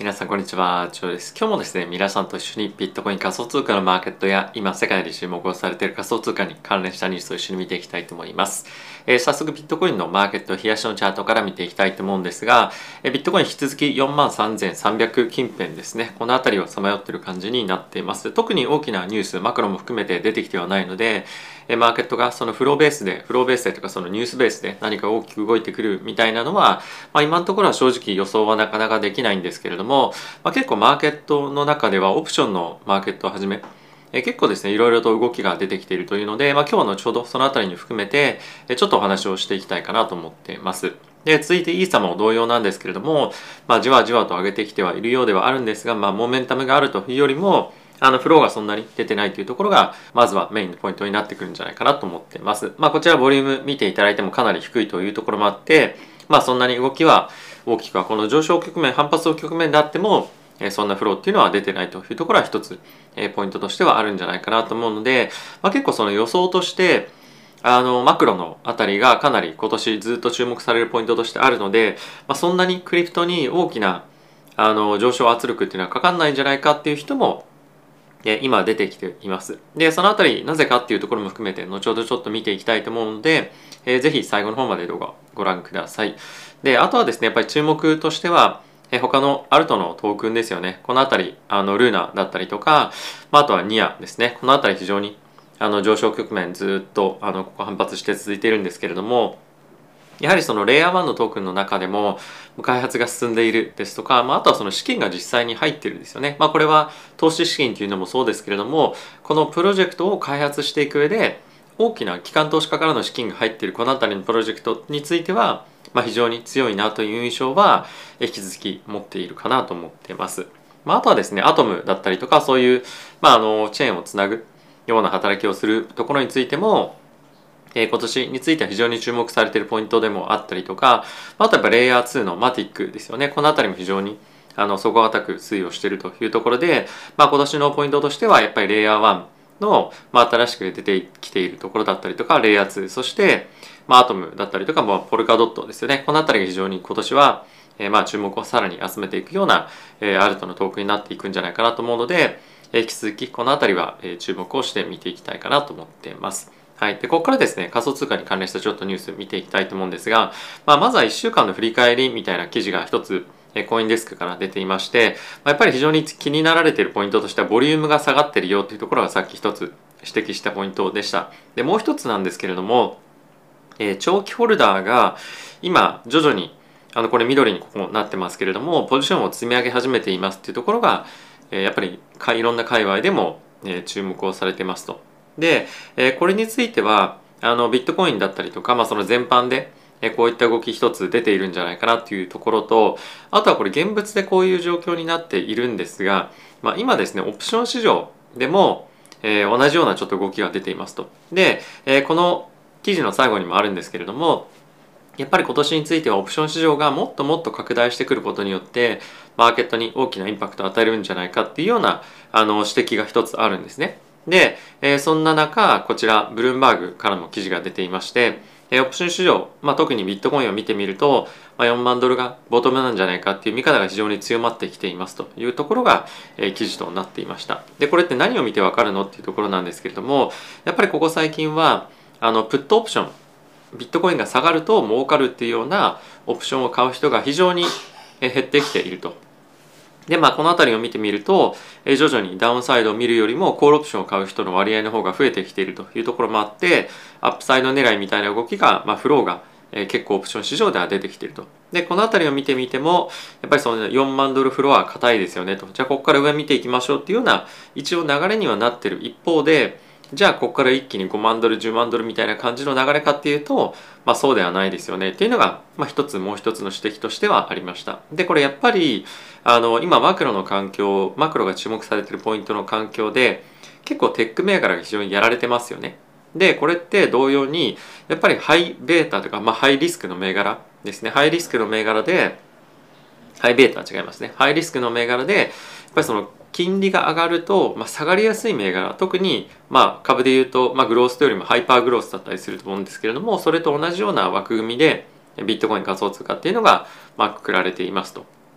皆さんこんにちは、ジョーです。今日もですね、皆さんと一緒にビットコイン仮想通貨のマーケットや今世界で注目をされている仮想通貨に関連したニュースを一緒に見ていきたいと思います。早速ビットコインのマーケット冷やしのチャートから見ていきたいと思うんですが、ビットコイン引き続き43,300近辺ですね、この辺りをさまよっている感じになっています。特に大きなニュース、マクロも含めて出てきてはないので、マーケットがそのフローベースでとかそのニュースベースで何か大きく動いてくるみたいなのは、今のところは正直予想はなかなかできないんですけれども、結構マーケットの中ではオプションのマーケットをはじめ、結構ですねいろいろと動きが出てきているというので、今日のちょうどそのあたりに含めてちょっとお話をしていきたいかなと思っています。で続いてイーサも同様なんですけれども、じわじわと上げてきてはいるようではあるんですが、モメンタムがあるというよりもフローがそんなに出てないというところがまずはメインのポイントになってくるんじゃないかなと思っています。こちらボリューム見ていただいてもかなり低いというところもあって、そんなに動きは大きくはこの上昇局面反発局面であってもそんなフローっていうのは出てないというところは一つポイントとしてはあるんじゃないかなと思うので、結構その予想としてマクロのあたりがかなり今年ずっと注目されるポイントとしてあるので、そんなにクリプトに大きな上昇圧力っていうのはかかんないんじゃないかっていう人も今出てきています。でそのあたりなぜかっていうところも含めて後ほどちょっと見ていきたいと思うので、ぜひ最後の方まで動画ご覧ください。であとはですねやっぱり注目としては他のアルトのトークンですよね。このあたりルーナだったりとか、あとはニアですね。このあたり非常に上昇局面ずっとここ反発して続いているんですけれども、やはりそのレイヤー1のトークンの中でも開発が進んでいるですとか、あとはその資金が実際に入っているですよね。これは投資資金というのもそうですけれども、このプロジェクトを開発していく上で大きな機関投資家からの資金が入っているこの辺りのプロジェクトについては、非常に強いなという印象は引き続き持っているかなと思っています。あとはですねアトムだったりとかそういう、チェーンをつなぐような働きをするところについても今年については非常に注目されているポイントでもあったりとか、あとはやっぱレイヤー2のマティックですよね。この辺りも非常に底堅く推移をしているというところで、今年のポイントとしてはやっぱりレイヤー1の、新しく出てきているところだったりとか、レイヤー2、そして、アトムだったりとか、ポルカドットですよね。この辺りが非常に今年は、注目をさらに集めていくような、アルトのトークンになっていくんじゃないかなと思うので、引き続きこの辺りは、注目をして見ていきたいかなと思っています。はい、でここからですね仮想通貨に関連したちょっとニュース見ていきたいと思うんですが、まずは1週間の振り返りみたいな記事が一つコインデスクから出ていまして、やっぱり非常に気になられているポイントとしてはボリュームが下がっているよというところがさっき一つ指摘したポイントでした。でもう一つなんですけれども、長期ホルダーが今徐々にこれ緑にここなってますけれどもポジションを積み上げ始めていますっていうところがやっぱりいろんな界隈でも注目をされていますと。でこれについてはビットコインだったりとか、その全般でこういった動き一つ出ているんじゃないかなというところと、あとはこれ現物でこういう状況になっているんですが、今ですねオプション市場でも同じようなちょっと動きが出ていますと。でこの記事の最後にもあるんですけれども、やっぱり今年についてはオプション市場がもっともっと拡大してくることによってマーケットに大きなインパクトを与えるんじゃないかっていうような指摘が一つあるんですね。で、そんな中こちらブルームバーグからも記事が出ていまして、オプション市場、特にビットコインを見てみると、4万ドルがボトムなんじゃないかっていう見方が非常に強まってきていますというところが、記事となっていました。でこれって何を見てわかるのっていうところなんですけれども、やっぱりここ最近はプットオプション、ビットコインが下がると儲かるっていうようなオプションを買う人が非常に減ってきていると。でこの辺りを見てみると徐々にダウンサイドを見るよりもコールオプションを買う人の割合の方が増えてきているというところもあって、アップサイド狙いみたいな動きが、フローが結構オプション市場では出てきていると。でこの辺りを見てみてもやっぱりその4万ドルフロア硬いですよねと。じゃあここから上見ていきましょうっていうような一応流れにはなっている一方で、じゃあここから一気に5万ドル10万ドルみたいな感じの流れかっていうと、そうではないですよねっていうのが、もう一つの指摘としてはありました。でこれやっぱり今マクロの環境、マクロが注目されているポイントの環境で結構テック銘柄が非常にやられてますよね。でこれって同様にやっぱりハイベータとか、ハイリスクの銘柄ですね。ハイリスクの銘柄でハイベータは違いますね。ハイリスクの銘柄でやっぱりその金利が上がると、下がりやすい銘柄、特に株でいうと、グロースというよりもハイパーグロースだったりすると思うんですけれども、それと同じような枠組みでビットコイン仮想通貨っていうのがくくられていますと。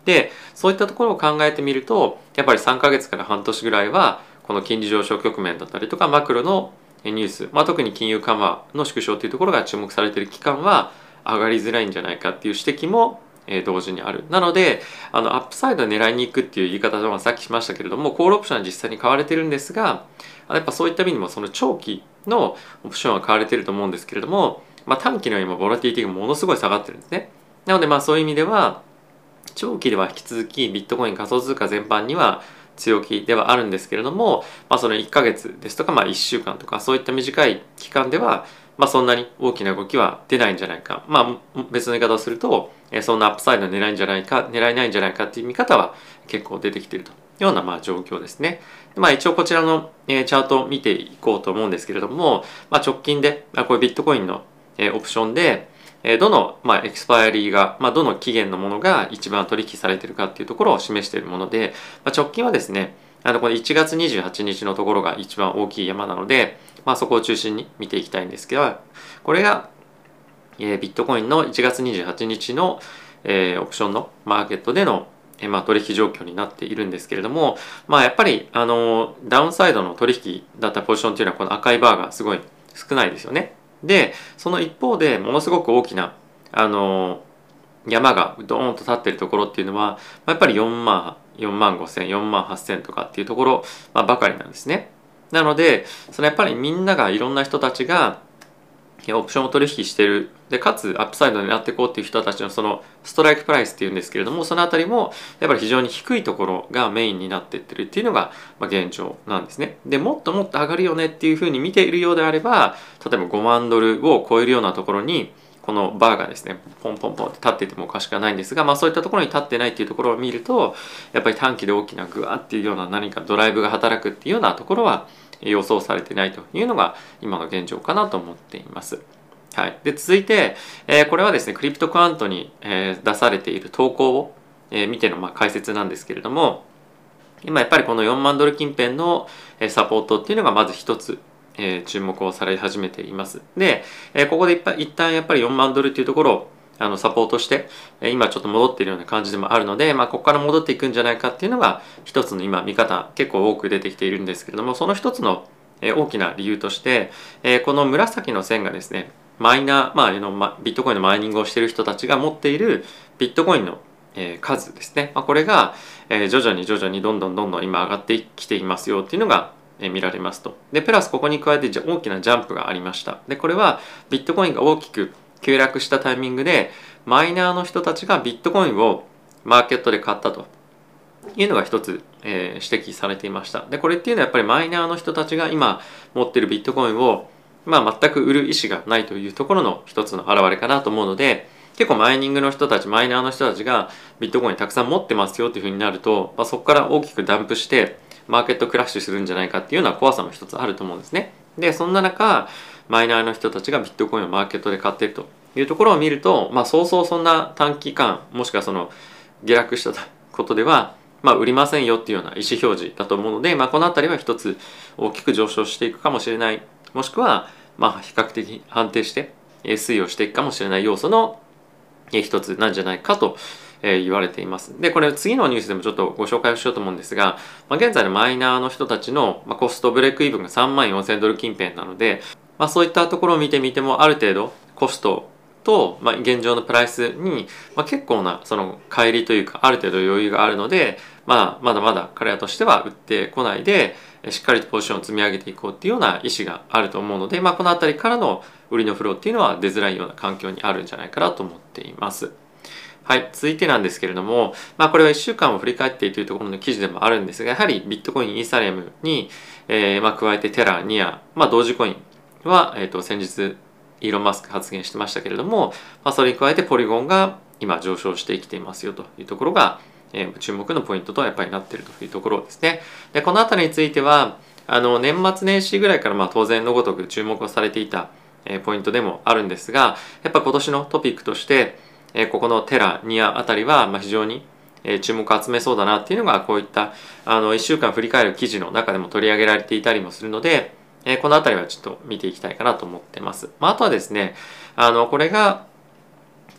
で、そういったところを考えてみると、やっぱり3ヶ月から半年ぐらいは、この金利上昇局面だったりとか、マクロのニュース、特に金融緩和の縮小というところが注目されている期間は上がりづらいんじゃないかっていう指摘も同時にある。なので、アップサイド狙いに行くっていう言い方はさっきしましたけれども、コールオプションは実際に買われてるんですが、やっぱそういった意味でもその長期のオプションは買われてると思うんですけれども、短期の今ボラティティがものすごい下がってるんですね。なのでそういう意味では、長期では引き続きビットコイン仮想通貨全般には強気ではあるんですけれども、その1ヶ月ですとか、1週間とかそういった短い期間では、そんなに大きな動きは出ないんじゃないか。別の言い方をすると、そんなアップサイド狙いんじゃないか、狙えないんじゃないかっていう見方は結構出てきているというような状況ですね。一応こちらのチャートを見ていこうと思うんですけれども、直近でこういうビットコインのオプションで、どの、エクスパイアリーが、どの期限のものが一番取引されているかっていうところを示しているもので、直近はですね、この1月28日のところが一番大きい山なので、そこを中心に見ていきたいんですけど、これが、ビットコインの1月28日の、オプションのマーケットでの、取引状況になっているんですけれども、やっぱりダウンサイドの取引だったポジションっていうのはこの赤いバーがすごい少ないですよね。で、その一方でものすごく大きな山がドーンと立っているところっていうのは、やっぱり4万5千、4万8千とかっていうところ、ばかりなんですね。なので、そのやっぱりみんながいろんな人たちがオプションを取引している。で、かつアップサイドに狙っていこうっていう人たちのそのストライクプライスっていうんですけれども、そのあたりもやっぱり非常に低いところがメインになっていってるっていうのが現状なんですね。で、もっともっと上がるよねっていうふうに見ているようであれば、例えば5万ドルを超えるようなところにこのバーがですね、ポンポンポンって立っていてもおかしくはないんですが、そういったところに立ってないっていうところを見ると、やっぱり短期で大きなグワーっていうような何かドライブが働くっていうようなところは予想されてないというのが今の現状かなと思っています。はい、で続いて、これはですねクリプトクワントに、出されている投稿を、見ての解説なんですけれども、今やっぱりこの4万ドル近辺のサポートっていうのがまず一つ、注目をされ始めています。で、ここで一旦やっぱり4万ドルっていうところをサポートして今ちょっと戻っているような感じでもあるので、ここから戻っていくんじゃないかっていうのが一つの今見方結構多く出てきているんですけれども、その一つの大きな理由としてこの紫の線がですねマイナー、ビットコインのマイニングをしている人たちが持っているビットコインの数ですね、これが徐々にどんどん今上がってきていますよっていうのが見られますと。でプラスここに加えて大きなジャンプがありました。でこれはビットコインが大きく急落したタイミングでマイナーの人たちがビットコインをマーケットで買ったというのが一つ、指摘されていました。でこれっていうのはやっぱりマイナーの人たちが今持っているビットコインを全く売る意思がないというところの一つの表れかなと思うので、結構マイニングの人たち、マイナーの人たちがビットコインたくさん持ってますよというふうになると、そこから大きくダンプしてマーケットクラッシュするんじゃないかっていうような怖さも一つあると思うんですね。でそんな中マイナーの人たちがビットコインをマーケットで買っているというところを見ると、そうそうそんな短期間もしくはその下落したことでは売りませんよっていうような意思表示だと思うので、この辺りは一つ大きく上昇していくかもしれない、もしくは比較的安定して推移をしていくかもしれない要素の一つなんじゃないかと言われています。でこれ次のニュースでもちょっとご紹介をしようと思うんですが、現在のマイナーの人たちのコストブレイクイーブンが3万4000ドル近辺なので、そういったところを見てみてもある程度コストと、現状のプライスに、結構なその乖離というかある程度余裕があるので、まだまだ彼らとしては売ってこないでしっかりとポジションを積み上げていこうっていうような意思があると思うので、この辺りからの売りのフローっていうのは出づらいような環境にあるんじゃないかなと思っています。はい、続いてなんですけれども、これは1週間を振り返っているというところの記事でもあるんですが、やはりビットコイン、イーサリアムに、加えてテラ、ニア、同時コインは、先日イーロン・マスク発言してましたけれども、それに加えてポリゴンが今上昇してきていますよというところが、注目のポイントとやっぱりなっているというところですね。でこの辺りについては年末年始ぐらいから当然のごとく注目をされていたポイントでもあるんですが、やっぱ今年のトピックとしてここのテラ、ニアあたりは非常に注目を集めそうだなっていうのがこういった1週間振り返る記事の中でも取り上げられていたりもするので、この辺りはちょっと見ていきたいかなと思ってます。あとはですねこれが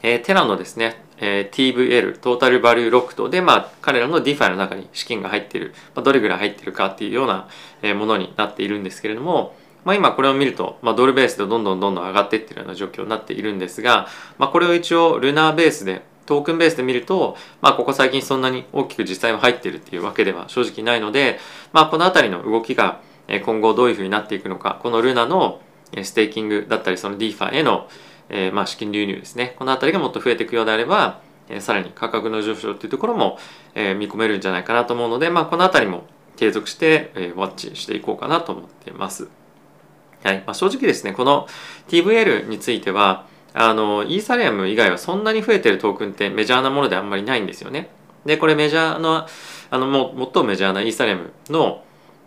テラのですね、TVL、トータルバリューロックとで、彼らの DeFi の中に資金が入っている、どれぐらい入っているかっていうようなものになっているんですけれども、今これを見ると、ドルベースでどんどん上がっていってるような状況になっているんですが、これを一応ルナーベースで、トークンベースで見ると、ここ最近そんなに大きく実際は入っているっていうわけでは正直ないので、このあたりの動きが今後どういうふうになっていくのか、このルナのステーキングだったり、その DeFi への資金流入ですね、このあたりがもっと増えていくようであれば、さらに価格の上昇というところも見込めるんじゃないかなと思うので、このあたりも継続してウォッチしていこうかなと思っています。はい。正直ですね、この TVL については、イーサリアム以外はそんなに増えてるトークンってメジャーなものであんまりないんですよね。で、これメジャーな、も最もメジャーなイーサリアムの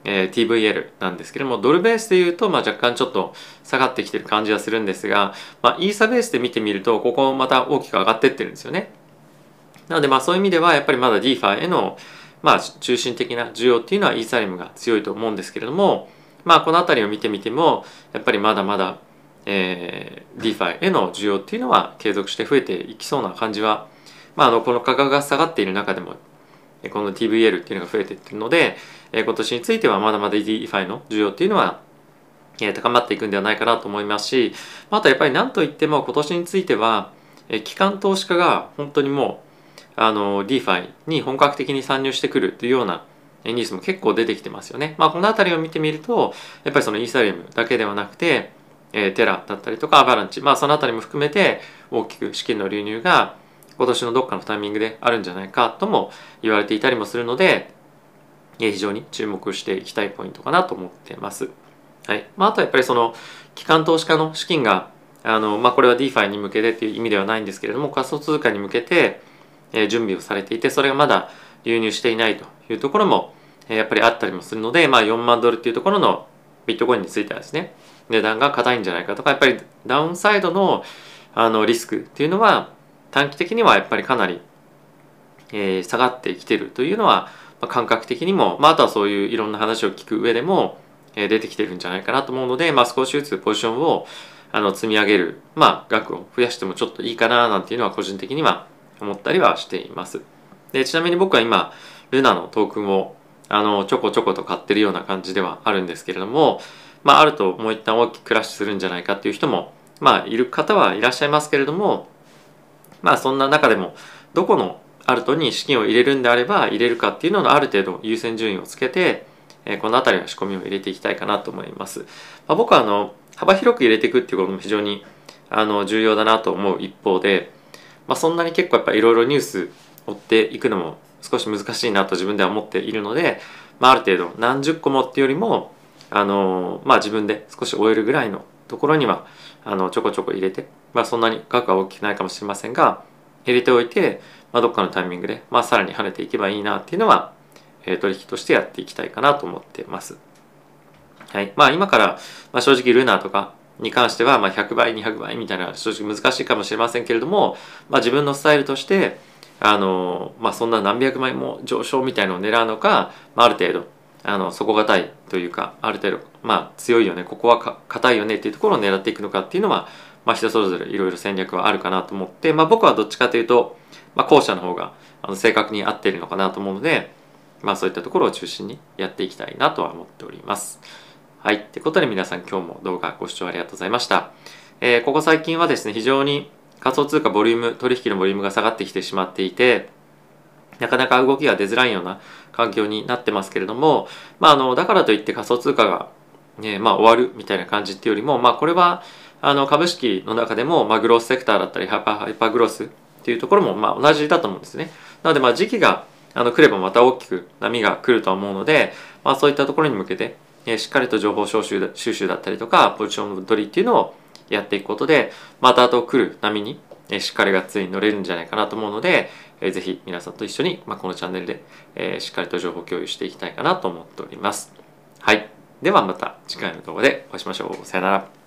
TVL なんですけども、ドルベースで言うと、若干ちょっと下がってきてる感じはするんですが、イーサベースで見てみると、ここまた大きく上がってってるんですよね。なので、そういう意味では、やっぱりまだ DeFi への、中心的な需要っていうのはイーサリアムが強いと思うんですけれども、この辺りを見てみても、やっぱりまだまだ、DeFi への需要っていうのは継続して増えていきそうな感じは、この価格が下がっている中でも、この TVL っていうのが増えていってるので、今年についてはまだまだ DeFi の需要っていうのは高まっていくんではないかなと思いますし、あとやっぱり何といっても今年については機関投資家が本当にもうDeFi に本格的に参入してくるというようなニュースも結構出てきてますよね。この辺りを見てみるとやっぱりそのイーサリアムだけではなくてテラだったりとかアバランチ、その辺りも含めて大きく資金の流入が今年のどっかのタイミングであるんじゃないかとも言われていたりもするので、非常に注目していきたいポイントかなと思っています。はい。あとはやっぱりその機関投資家の資金がこれは DeFi に向けてっていう意味ではないんですけれども、仮想通貨に向けて準備をされていて、それがまだ流入していないというところもやっぱりあったりもするので、4万ドルっていうところのビットコインについてはですね、値段が硬いんじゃないかとか、やっぱりダウンサイドのリスクっていうのは短期的にはやっぱりかなり下がってきているというのは感覚的にも、あとはそういういろんな話を聞く上でも出てきてるんじゃないかなと思うので、少しずつポジションを積み上げる、額を増やしてもちょっといいかななんていうのは個人的には思ったりはしています。で、ちなみに僕は今ルナのトークンをちょこちょこと買ってるような感じではあるんですけれども、あるともう一旦大きくクラッシュするんじゃないかっていう人もいる方はいらっしゃいますけれども、そんな中でもどこのアルトに資金を入れるんであれば入れるかっていうののある程度優先順位をつけてこの辺りは仕込みを入れていきたいかなと思います。僕は幅広く入れていくっていうことも非常に重要だなと思う一方で、そんなに結構やっぱいろいろニュース追っていくのも少し難しいなと自分では思っているので、ある程度何十個もっていうよりも自分で少し追えるぐらいのところにはちょこちょこ入れて、そんなに額は大きくないかもしれませんが入れておいて、どっかのタイミングで、さらに跳ねていけばいいなっていうのは、取引としてやっていきたいかなと思っています。はい。今から、正直ルナーとかに関しては、100倍、200倍みたいな正直難しいかもしれませんけれども、自分のスタイルとして、そんな何百倍も上昇みたいのを狙うのか、ある程度、底堅いというか、ある程度、強いよね、ここは硬いよねっていうところを狙っていくのかっていうのは、人それぞれいろいろ戦略はあるかなと思って、僕はどっちかというと、後者の方が正確に合っているのかなと思うので、そういったところを中心にやっていきたいなとは思っております。はい。ということで皆さん今日も動画ご視聴ありがとうございました。ここ最近はですね、非常に仮想通貨ボリューム、取引のボリュームが下がってきてしまっていて、なかなか動きが出づらいような環境になってますけれども、だからといって仮想通貨が、終わるみたいな感じっていうよりも、これは株式の中でも、グロースセクターだったりハイパーグロースっていうところも同じだと思うんですね。なので時期が来ればまた大きく波が来るとは思うので、そういったところに向けてしっかりと情報収集だったりとかポジション取りっていうのをやっていくことで、また後来る波にしっかりがっつり乗れるんじゃないかなと思うので、ぜひ皆さんと一緒にこのチャンネルでしっかりと情報共有していきたいかなと思っております。はい。ではまた次回の動画でお会いしましょう。さよなら。